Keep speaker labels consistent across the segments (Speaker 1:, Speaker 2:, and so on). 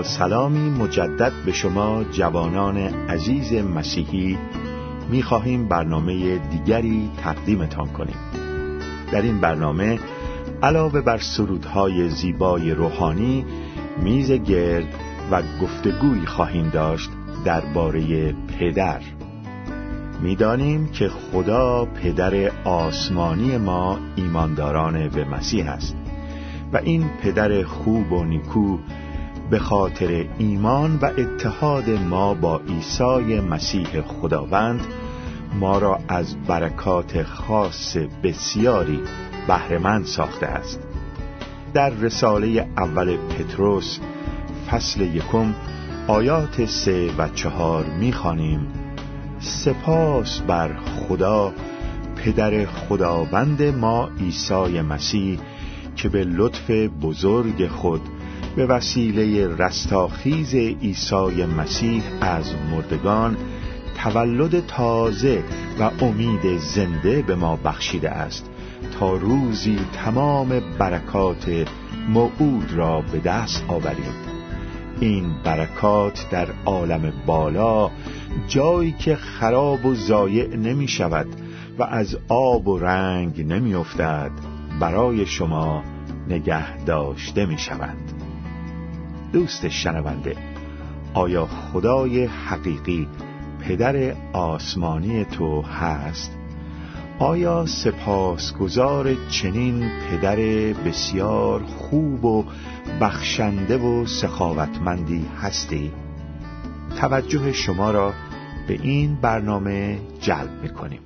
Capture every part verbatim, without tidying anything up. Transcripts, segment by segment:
Speaker 1: سلامی مجدد به شما جوانان عزیز مسیحی می‌خواهیم برنامه دیگری تقدیمتان کنیم. در این برنامه علاوه بر سرودهای زیبای روحانی، میز گرد و گفتگویی خواهیم داشت درباره پدر. می‌دانیم که خدا پدر آسمانی ما ایمانداران به مسیح است و این پدر خوب و نیکو به خاطر ایمان و اتحاد ما با عیسی مسیح خداوند ما را از برکات خاص بسیاری بهره‌مند ساخته است. در رساله اول پتروس فصل یکم آیات سه و چهار می‌خوانیم: سپاس بر خدا پدر خداوند ما عیسی مسیح که به لطف بزرگ خود به وسیله رستاخیز عیسی مسیح از مردگان تولد تازه و امید زنده به ما بخشیده است تا روزی تمام برکات موعود را به دست آوریم. این برکات در عالم بالا، جایی که خراب و ضایع نمی شود و از آب و رنگ نمی افتد، برای شما نگه داشته می شوند. دوست شنونده، آیا خدای حقیقی پدر آسمانی تو هست؟ آیا سپاسگزار چنین پدر بسیار خوب و بخشنده و سخاوتمندی هستی؟ توجه شما را به این برنامه جلب می‌کنیم.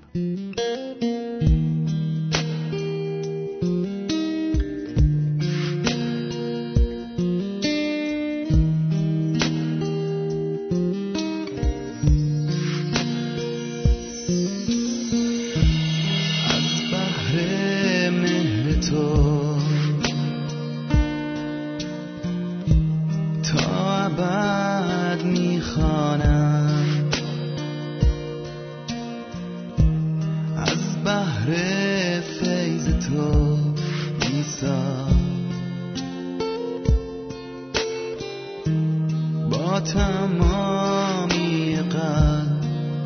Speaker 2: تمامی قلب،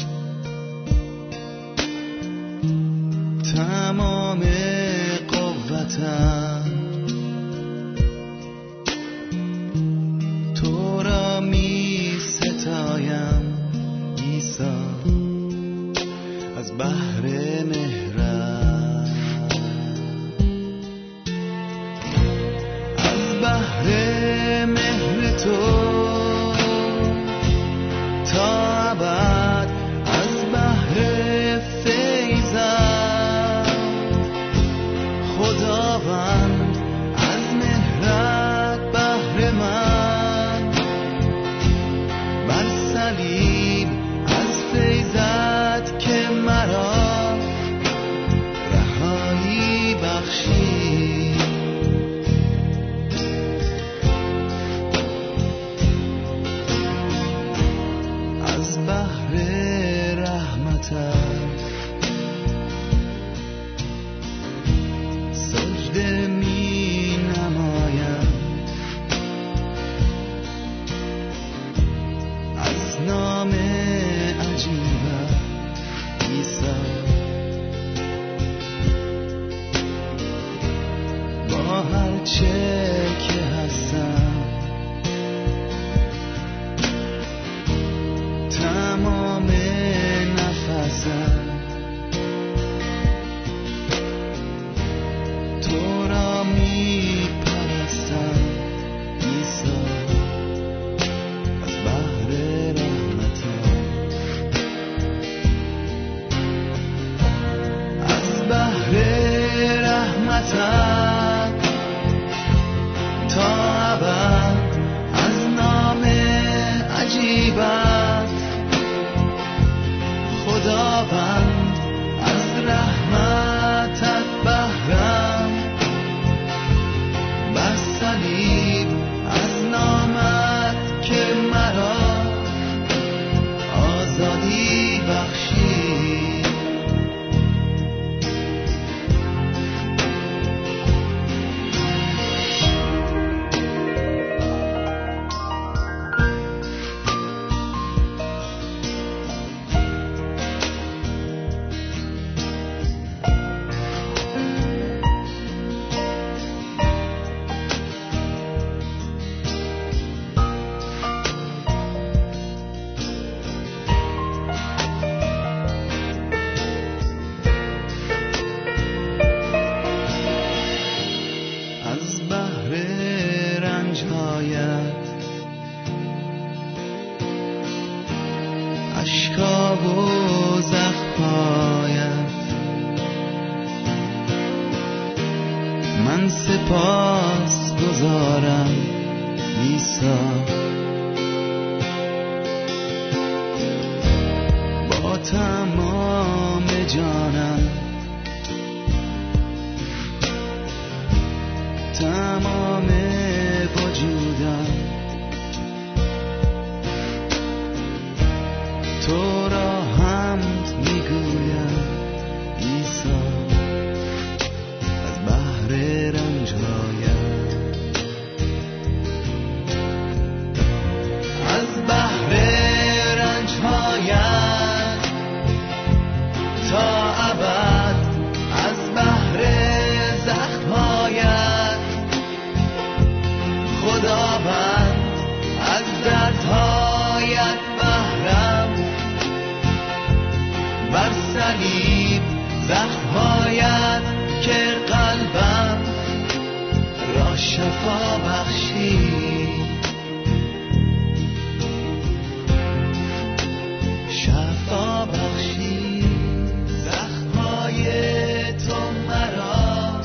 Speaker 2: تمام قوتم تو را می ستایم عیسی، از بحر مهرت، از بحر مهر تو تا ابد، از بحر فیضت خداوند، از مهرت بهره مند، بر صلیب از فیضت که مرا رهایی بخشی، از بحر رحمتت سجده می نمایم، از نام عجیبت عیسی، با هر چه که هستم، تمام نفسم تو را می پرستم عیسی، از بحر رحمتت، از بحر رحمتت تا ابد، از نام عجیبت خداوند، از رحمتت بهرم، بر صلیب از نامت که مرا آزادی بخشی، سپاس گزارم عیسی، با تمام جانم، تمام وجودم تو را حمد میگویم عیسی، از بحر رنج‌هایم، از بحر رنج‌هایم تا ابد، از بحر زخم‌هایم خداوند، از دردهایت بهرم، بر صلیب زخم‌هایت که قلبم را شفا بخشی، شفا بخشی، زخم‌های تو مرا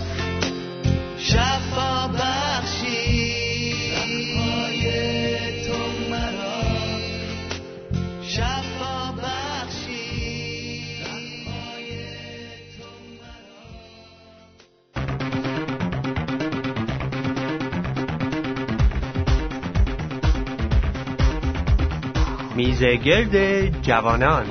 Speaker 2: شفا بخشی، زخم‌های تو مرا شفا بخشی، زخم‌های تو مرا.
Speaker 3: میزگرد جوانان.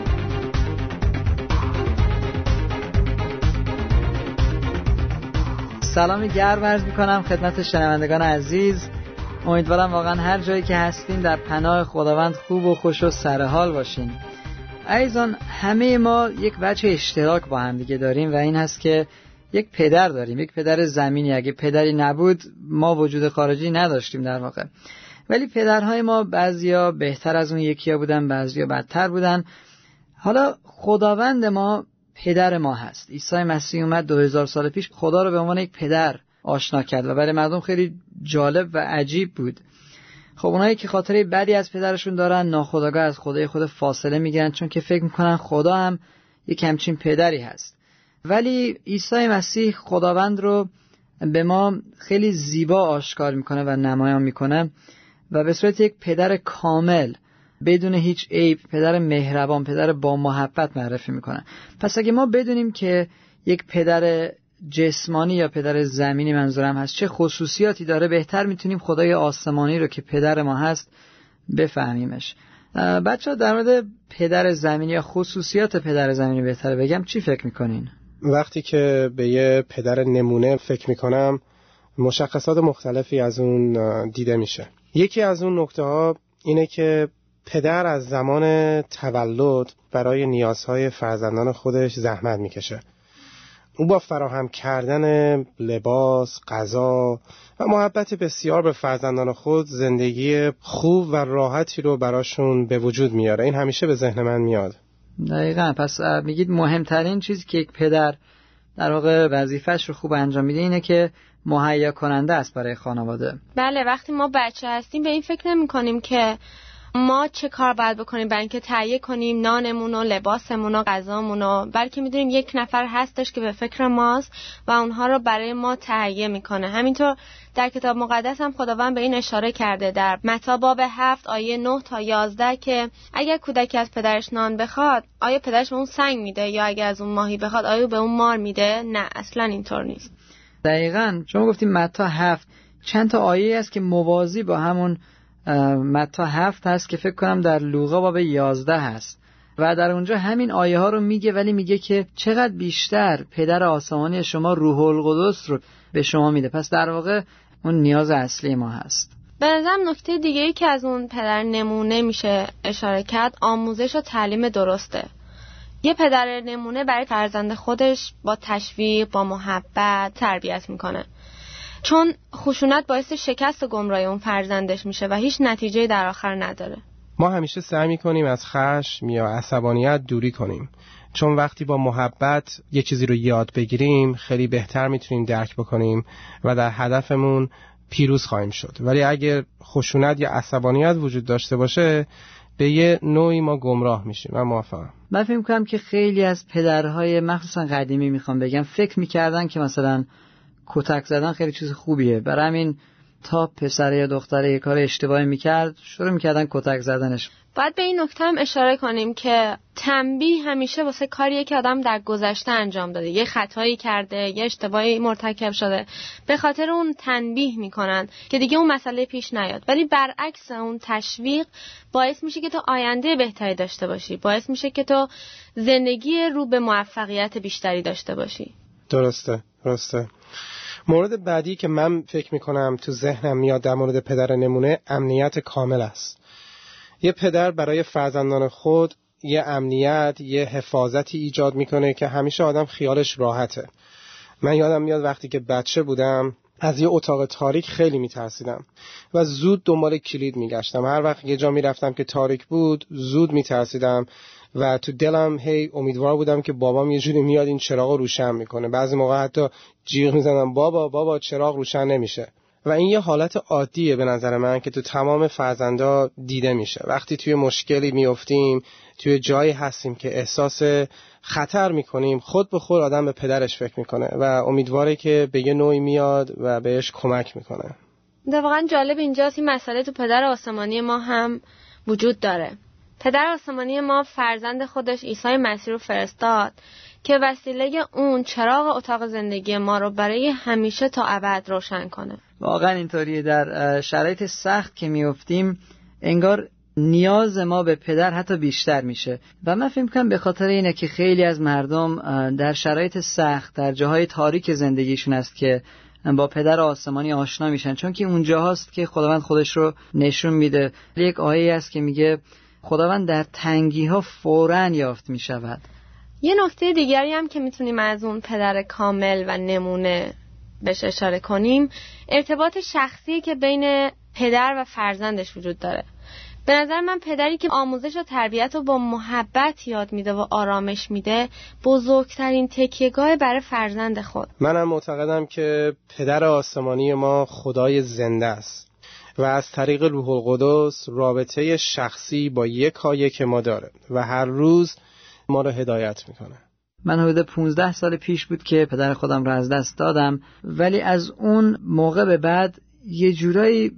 Speaker 4: سلامی گرم عرض میکنم خدمت شنوندگان عزیز. امیدوارم واقعا هر جایی که هستین در پناه خداوند خوب و خوش و سرحال باشین. عزیزان، همه ما یک وجه اشتراک با هم دیگه داریم و این هست که یک پدر داریم، یک پدر زمینی. اگه پدری نبود ما وجود خارجی نداشتیم در واقع. ولی پدرهای ما بعضیا بهتر از اون یکیا بودن، بعضیا بدتر بودن. حالا خداوند ما پدر ما هست. عیسی مسیح اومد دو هزار سال پیش خدا رو به عنوان یک پدر آشنا کرد و برای مردم خیلی جالب و عجیب بود. خب اونایی که خاطره بدی از پدرشون دارن ناخودآگاه از خدای خود فاصله میگیرن، چون که فکر میکنن خدا هم یک همچین پدری هست. ولی عیسی مسیح خداوند رو به ما خیلی زیبا آشکار میکنه و نمایان میکنه و به صورت یک پدر کامل بدون هیچ عیب، پدر مهربان، پدر با محبت معرفی میکنه. پس اگه ما بدونیم که یک پدر جسمانی یا پدر زمینی منظورم هست چه خصوصیاتی داره، بهتر میتونیم خدای آسمانی رو که پدر ما هست بفهمیمش. بچه ها در مورد پدر زمینی یا خصوصیات پدر زمینی بهتره بگم، چی فکر میکنین؟
Speaker 5: وقتی که به یه پدر نمونه فکر میکنم مشخصات مختلفی از اون دیده میشه. یکی از اون نکته ها اینه که پدر از زمان تولد برای نیازهای فرزندان خودش زحمت میکشه. او با فراهم کردن لباس، غذا و محبت بسیار به فرزندان خود زندگی خوب و راحتی رو براشون به وجود میاره. این همیشه به ذهن من میاد.
Speaker 4: دقیقاً. پس میگید مهمترین چیزی که یک پدر در واقع وظیفه‌اش رو خوب انجام میده اینه که مهیا کننده است برای خانواده.
Speaker 6: بله، وقتی ما بچه هستیم به این فکر نمی کنیم که ما چه کار باید بکنیم برای اینکه تهیه کنیم نانمون و لباسمون و غذامون رو، بلکه میدونیم یک نفر هستش که به فکر ماست و اونها رو برای ما تهیه میکنه. همینطور در کتاب مقدس هم خداوند به این اشاره کرده در متی باب هفت آیه نه تا یازده که اگر کودکی از پدرش نان بخواد آیا پدرش به اون سنگ میده، یا اگر از اون ماهی بخواد آیا به اون مار میده؟ نه، اصلا اینطور نیست.
Speaker 4: دقیقاً. شما گفتیم متی هفت، چند تا آیه است که موازی با همون متی هفت هست که فکر کنم در لوقا باب یازده هست و در اونجا همین آیه ها رو میگه، ولی میگه که چقدر بیشتر پدر آسمانی شما روح القدس رو به شما میده. پس در واقع اون نیاز اصلی ما هست.
Speaker 6: به نظرم نکته دیگه‌ای که از اون پدر نمونه میشه اشاره کرد آموزش و تعلیم درسته. یه پدر نمونه برای فرزند خودش با تشویق، با محبت تربیت میکنه، چون خشونت باعث شکست و گمراهی اون فرزندش میشه و هیچ نتیجه‌ای در آخر نداره.
Speaker 5: ما همیشه سعی میکنیم از خشم یا عصبانیت دوری کنیم، چون وقتی با محبت یه چیزی رو یاد بگیریم خیلی بهتر میتونیم درک بکنیم و در هدفمون پیروز خواهیم شد. ولی اگر خشونت یا عصبانیت وجود داشته باشه به یه نوعی ما گمراه میشیم. من موافقم.
Speaker 4: من فکر می‌کنم که خیلی از پدرهای مخصوصا قدیمی میخوام بگم فکر میکردن که مثلا کتک زدن خیلی چیز خوبیه. برای همین تا پسر یا دختر یک کار اشتباهی میکرد شروع میکردن کتک زدنش.
Speaker 6: باید به این نکته هم اشاره کنیم که تنبیه همیشه واسه کاریه که آدم در گذشته انجام داده، یه خطایی کرده، یه اشتباهی مرتکب شده، به خاطر اون تنبیه میکنن که دیگه اون مسئله پیش نیاد. ولی برعکس اون تشویق باعث میشه که تو آینده بهتری داشته باشی، باعث میشه که تو زندگی رو به موفقیت بیشتری داشته باشی.
Speaker 5: درسته درسته. مورد بعدی که من فکر میکنم تو ذهنم میاد در مورد پدر نمونه امنیت کامل است. یه پدر برای فرزندان خود یه امنیت، یه حفاظتی ایجاد میکنه که همیشه آدم خیالش راحته. من یادم میاد وقتی که بچه بودم از یه اتاق تاریک خیلی میترسیدم و زود دنبال کلید میگشتم. هر وقت یه جا میرفتم که تاریک بود زود میترسیدم و تو دلم هی امیدوار بودم که بابام یه جوری میاد این چراغ رو روشن میکنه. بعضی موقع حتی جیغ میزنم بابا بابا چراغ روشن نمیشه. و این یه حالت عادیه به نظر من که تو تمام فرزندا دیده میشه. وقتی توی مشکلی میافتیم، توی جایی هستیم که احساس خطر میکنیم، خود به خود آدم به پدرش فکر میکنه و امیدواره که به یه نوعی میاد و بهش کمک میکنه.
Speaker 6: واقعا جالب اینجاست این مسئله تو پدر آسمانی ما هم وجود داره. پدر آسمانی ما فرزند خودش عیسی مسیح رو فرستاد که وسیله اون چراغ اتاق زندگی ما رو برای همیشه تا ابد روشن کنه.
Speaker 4: واقعا اینطوریه. در شرایط سخت که میافتیم انگار نیاز ما به پدر حتی بیشتر میشه و من فکر می‌کنم به خاطر اینه که خیلی از مردم در شرایط سخت در جاهای تاریک زندگیشون است که با پدر آسمانی آشنا میشن، چون که اونجا هست که خداوند خودش رو نشون میده. یک آیه است که میگه خداوند در تنگی ها فوراً یافت میشود.
Speaker 6: یه نکته دیگری هم که میتونیم از اون پدر کامل و نمونه بهش اشاره کنیم ارتباط شخصی که بین پدر و فرزندش وجود داره. به نظر من پدری که آموزش و تربیت رو با محبت یاد میده و آرامش میده بزرگترین تکیهگاه برای فرزند خود.
Speaker 5: منم معتقدم که پدر آسمانی ما خدای زنده است و از طریق روح القدس رابطه شخصی با یکایک که ما داره و هر روز ما رو هدایت میکنه.
Speaker 4: من حدود پونزده سال پیش بود که پدر خودم رو از دست دادم، ولی از اون موقع به بعد یه جورایی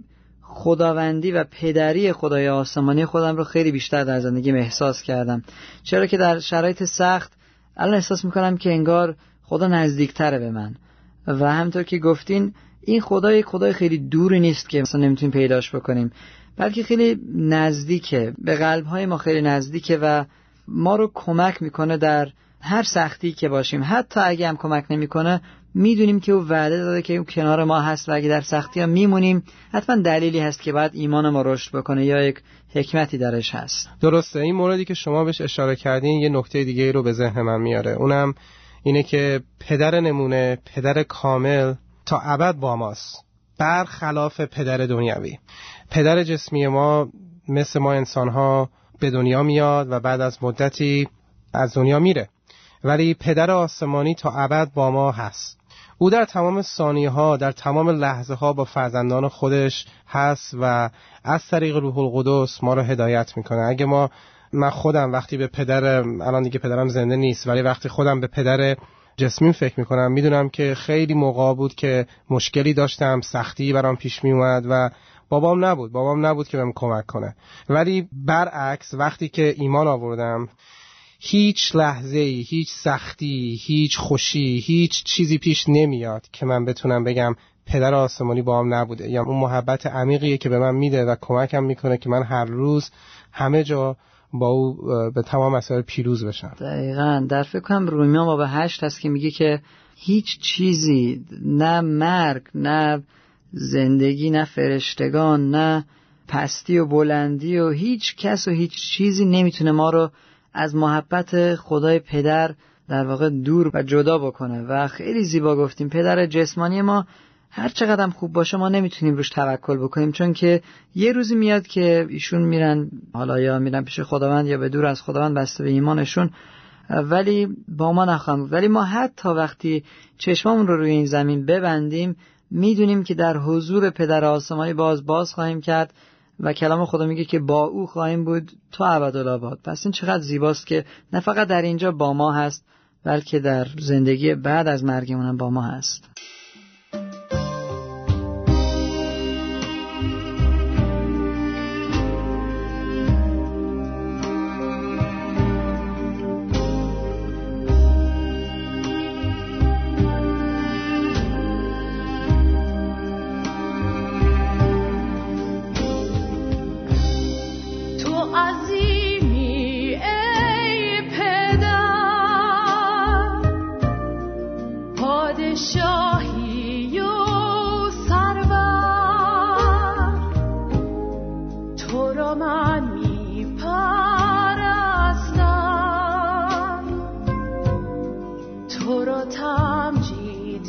Speaker 4: خداوندی و پدری خدای آسمانی خودم رو خیلی بیشتر در زندگیم احساس کردم، چرا که در شرایط سخت الان احساس میکنم که انگار خدا نزدیکتره به من و همونطور که گفتین این خدای خدای خیلی دوری نیست که مثلا نمیتونیم پیداش بکنیم، بلکه خیلی نزدیکه، به قلب‌های ما خیلی نزدیکه و ما رو کمک میکنه در هر سختی که باشیم. حتی اگه هم کمک نمیکنه میدونیم که او وعده داده که او کنار ما هست و اگه در سختی ها میمونیم حتما دلیلی هست که باید ایمان ما رشد بکنه یا یک حکمتی درش هست.
Speaker 5: درسته. این موردی که شما بهش اشاره کردین یه نکته دیگه رو به ذهن من میاره، اونم اینه که پدر نمونه، پدر کامل تا ابد با ماست، برخلاف پدر دنیوی. پدر جسمی ما مثل ما انسان‌ها به دنیا میاد و بعد از مدتی از دنیا میره، ولی پدر آسمانی تا ابد با ما هست. او در تمام ثانیه ها، در تمام لحظه ها با فرزندان خودش هست و از طریق روح القدس ما رو هدایت میکنه. اگه ما من خودم وقتی به پدر، الان دیگه پدرم زنده نیست، ولی وقتی خودم به پدر جسمی فکر میکنم میدونم که خیلی موقع بود که مشکلی داشتم، سختی برام پیش میومد و بابام نبود بابام نبود که بهم کمک کنه. ولی برعکس وقتی که ایمان آوردم هیچ لحظه‌ای، هیچ سختی، هیچ خوشی، هیچ چیزی پیش نمیاد که من بتونم بگم پدر آسمانی با هم نبوده. یا اون محبت عمیقیه که به من میده و کمکم میکنه که من هر روز همه جا با او به تمام مسائل پیروز بشم.
Speaker 4: دقیقاً. در فکر کنم رومیان باب هشت هست که میگه که هیچ چیزی، نه مرگ، نه زندگی، نه فرشتگان، نه پستی و بلندی و هیچ کس و هیچ چیزی نمیتونه ما رو از محبت خدای پدر در واقع دور و جدا بکنه. و خیلی زیبا گفتیم پدر جسمانی ما هر چقدر هم خوب باشه ما نمیتونیم روش توکل بکنیم، چون که یه روزی میاد که ایشون میرن، حالا یا میرن پیش خداوند یا به دور از خداوند بسته به ایمانشون، ولی با ما نخواهم بود. ولی ما حتی وقتی چشممون رو روی این زمین ببندیم میدونیم که در حضور پدر آسمانی باز باز خواهیم کرد و کلام خدا میگه که با او خواهیم بود تا ابدالآباد. پس این چقدر زیباست که نه فقط در اینجا با ما هست بلکه در زندگی بعد از مرگمون هم با ما هست.
Speaker 7: پادشاهی و سرور تو را من می پرستم، تو را تمجید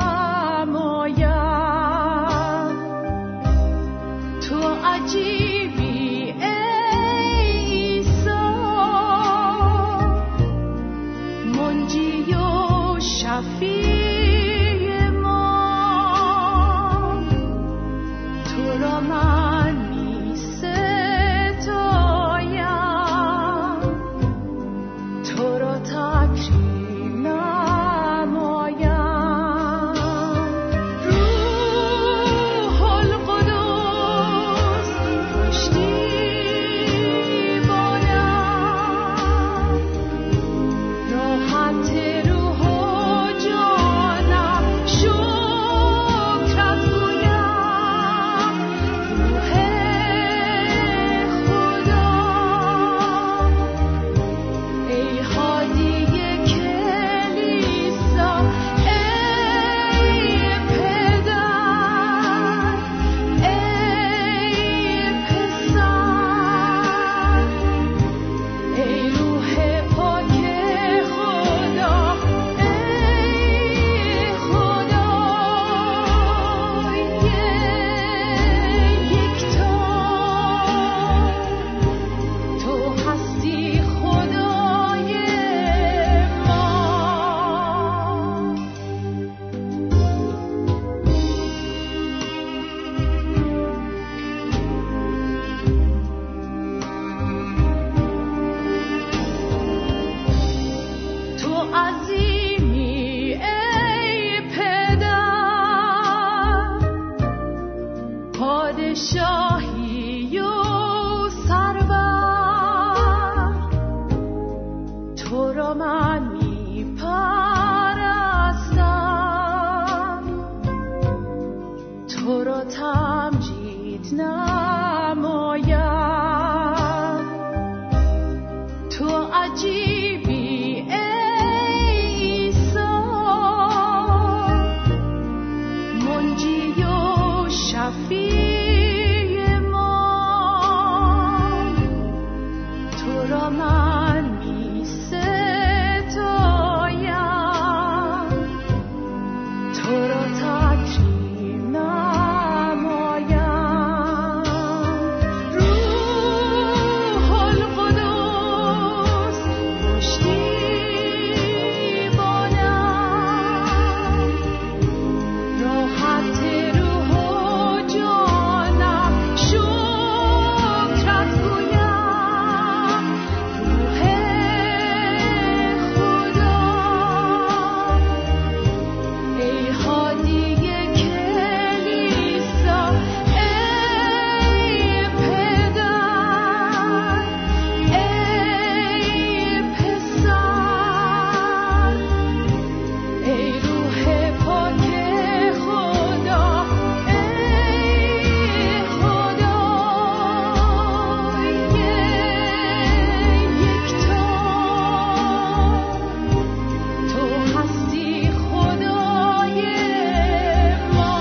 Speaker 7: نمایم. تو عجیبی ای عیسی، منجی و شفیع ما. تو را من می ستایم، تو را تکریم نمایم. روح القدس پشتیبانم، راحت روح و جانم شکرت گویم. روح خدا ای هادی کلیسا، ای پدر، ای پسر، ای روح پاک خدا، ای خدای یکتا. تو هستی خدای ما. تو عظیمی ای پدر، پادشاهی و سرور تو را من می پرستم، تو را تمجید نمایم. تو عجیبی ای عیسی، منجی و شفیع ما. تو را من می ستایم، تو را تکریم نمایم. روح القدس پشتیبانم، راحت روح و جانم شکرت گویم. روح خدا ای هادی کلیسا، ای پدر، ای پسر، ای روح پاک خدا، ای خدای یکتا. تو هستی خدای ما.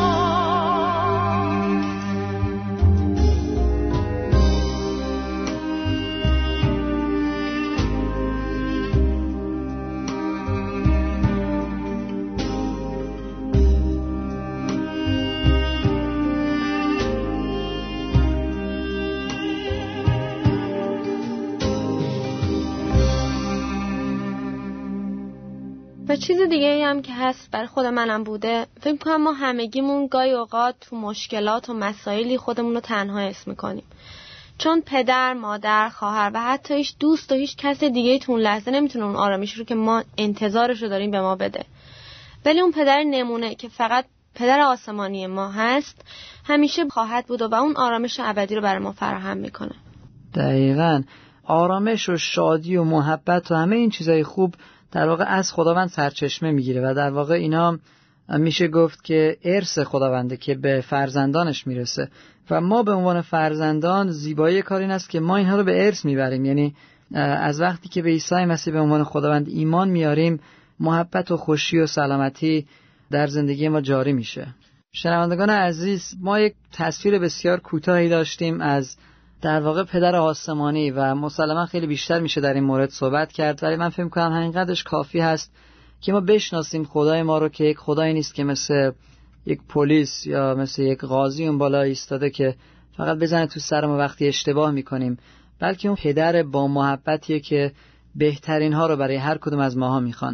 Speaker 6: و چیز دیگه هم که هست برای خود منم بوده، فکر کنم ما همگیمون گاهی اوقات تو مشکلات و مسائلی خودمون رو تنها حس میکنیم، چون پدر، مادر، خواهر و حتی هیچ دوست و هیچ کس دیگه تو اون لحظه نمیتونه اون آرامش رو که ما انتظارش رو داریم به ما بده. ولی اون پدر نمونه که فقط پدر آسمانی ما هست همیشه خواهد بود و اون آرامش ابدی رو برای ما فراهم میکنه.
Speaker 4: دقیقاً آرامش و شادی و محبت و همه این چیزای خوب در واقع از خداوند سرچشمه میگیره و در واقع اینا میشه گفت که ارث خداونده که به فرزندانش میرسه و ما به عنوان فرزندان زیبایی کار این است که ما اینها رو به ارث میبریم. یعنی از وقتی که به عیسی مسیح به عنوان خداوند ایمان میاریم، محبت و خوشی و سلامتی در زندگی ما جاری میشه. شنوندگان عزیز، ما یک تصویر بسیار کوتاهی داشتیم از در واقع پدر آسمانی و مسلما خیلی بیشتر میشه در این مورد صحبت کرد، ولی من فکر می‌کنم همینقدرش کافی هست که ما بشناسیم خدای ما رو که یک خدایی نیست که مثل یک پلیس یا مثل یک قاضی اون بالا ایستاده که فقط بزنه تو سر ما وقتی اشتباه میکنیم، بلکه اون پدر با محبتیه که بهترین ها رو برای هر کدوم از ماها میخوان.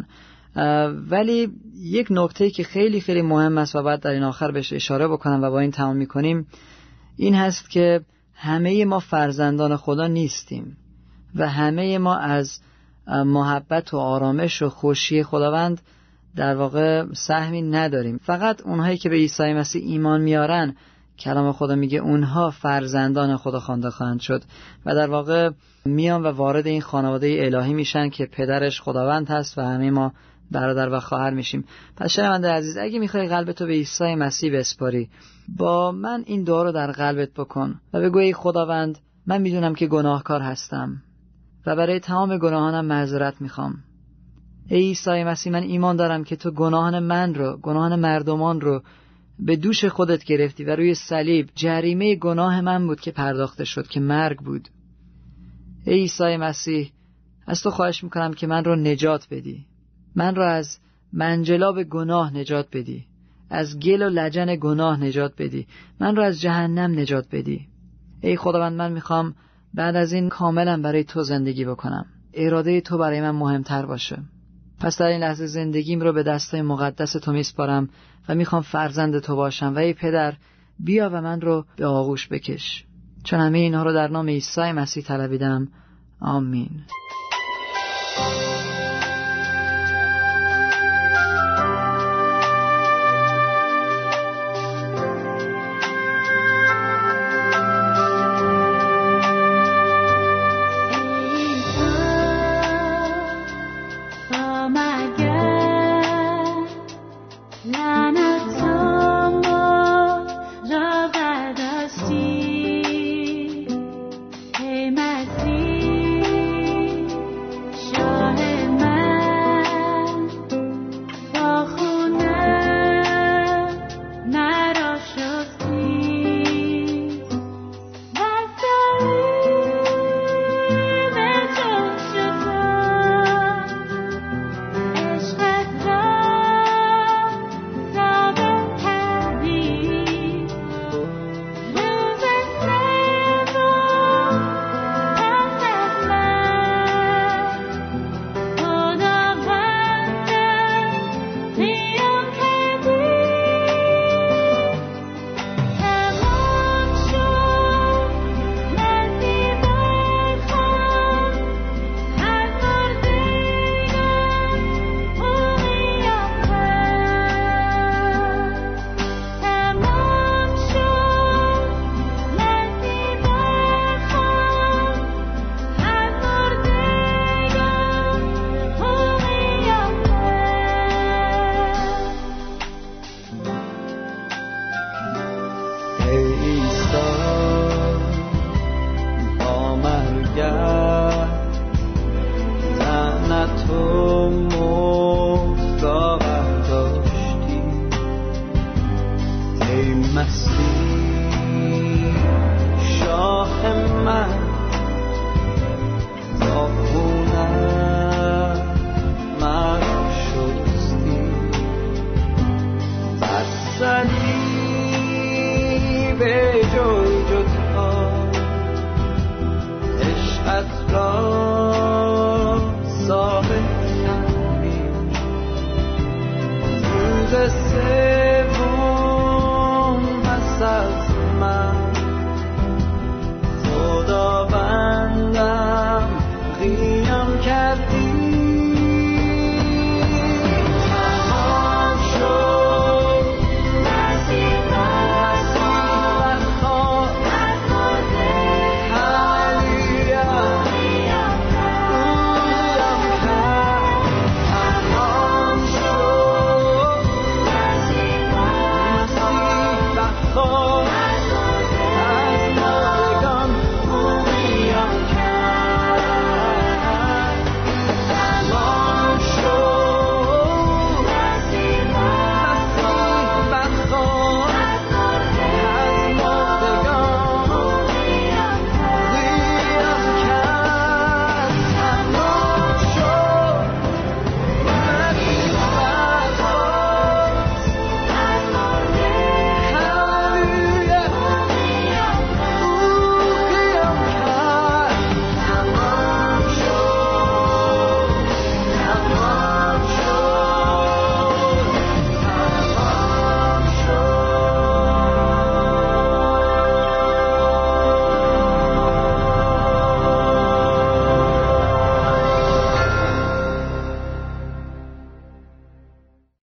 Speaker 4: ولی یک نکته‌ای که خیلی خیلی مهم است و بعد در این آخر بهش اشاره بکنم و با این تمام میکنیم، این هست که همه ما فرزندان خدا نیستیم و همه ما از محبت و آرامش و خوشی خداوند در واقع سهمی نداریم. فقط اونهایی که به عیسی مسیح ایمان میارن، کلام خدا میگه اونها فرزندان خدا خوانده خواهند شد و در واقع میان و وارد این خانواده الهی میشن که پدرش خداوند هست و همه ما برادر و خواهر میشیم. پس شنونده عزیز، اگه میخوای قلبتو به عیسی مسیح بسپاری، با من این دعا رو در قلبت بکن و بگو ای خداوند، من میدونم که گناهکار هستم و برای تمام گناهانم معذرت میخوام. ای عیسی مسیح، من ایمان دارم که تو گناهان من رو، گناهان مردمان رو به دوش خودت گرفتی و روی صلیب جریمه گناه من بود که پرداخته شد، که مرگ بود. ای عیسی مسیح، از تو خواهش میکنم که من رو نجات بدی، من رو از منجلاب گناه نجات بدی، از گل و لجن گناه نجات بدی، من رو از جهنم نجات بدی. ای خداوند، من میخوام بعد از این کاملا برای تو زندگی بکنم، اراده تو برای من مهمتر باشه. پس در این لحظه زندگیم رو به دستای مقدس تو میسپارم و میخوام فرزند تو باشم و ای پدر، بیا و من رو به آغوش بکش. چون همه اینها رو در نام عیسی مسیح طلبیدم. آمین.
Speaker 2: Jesus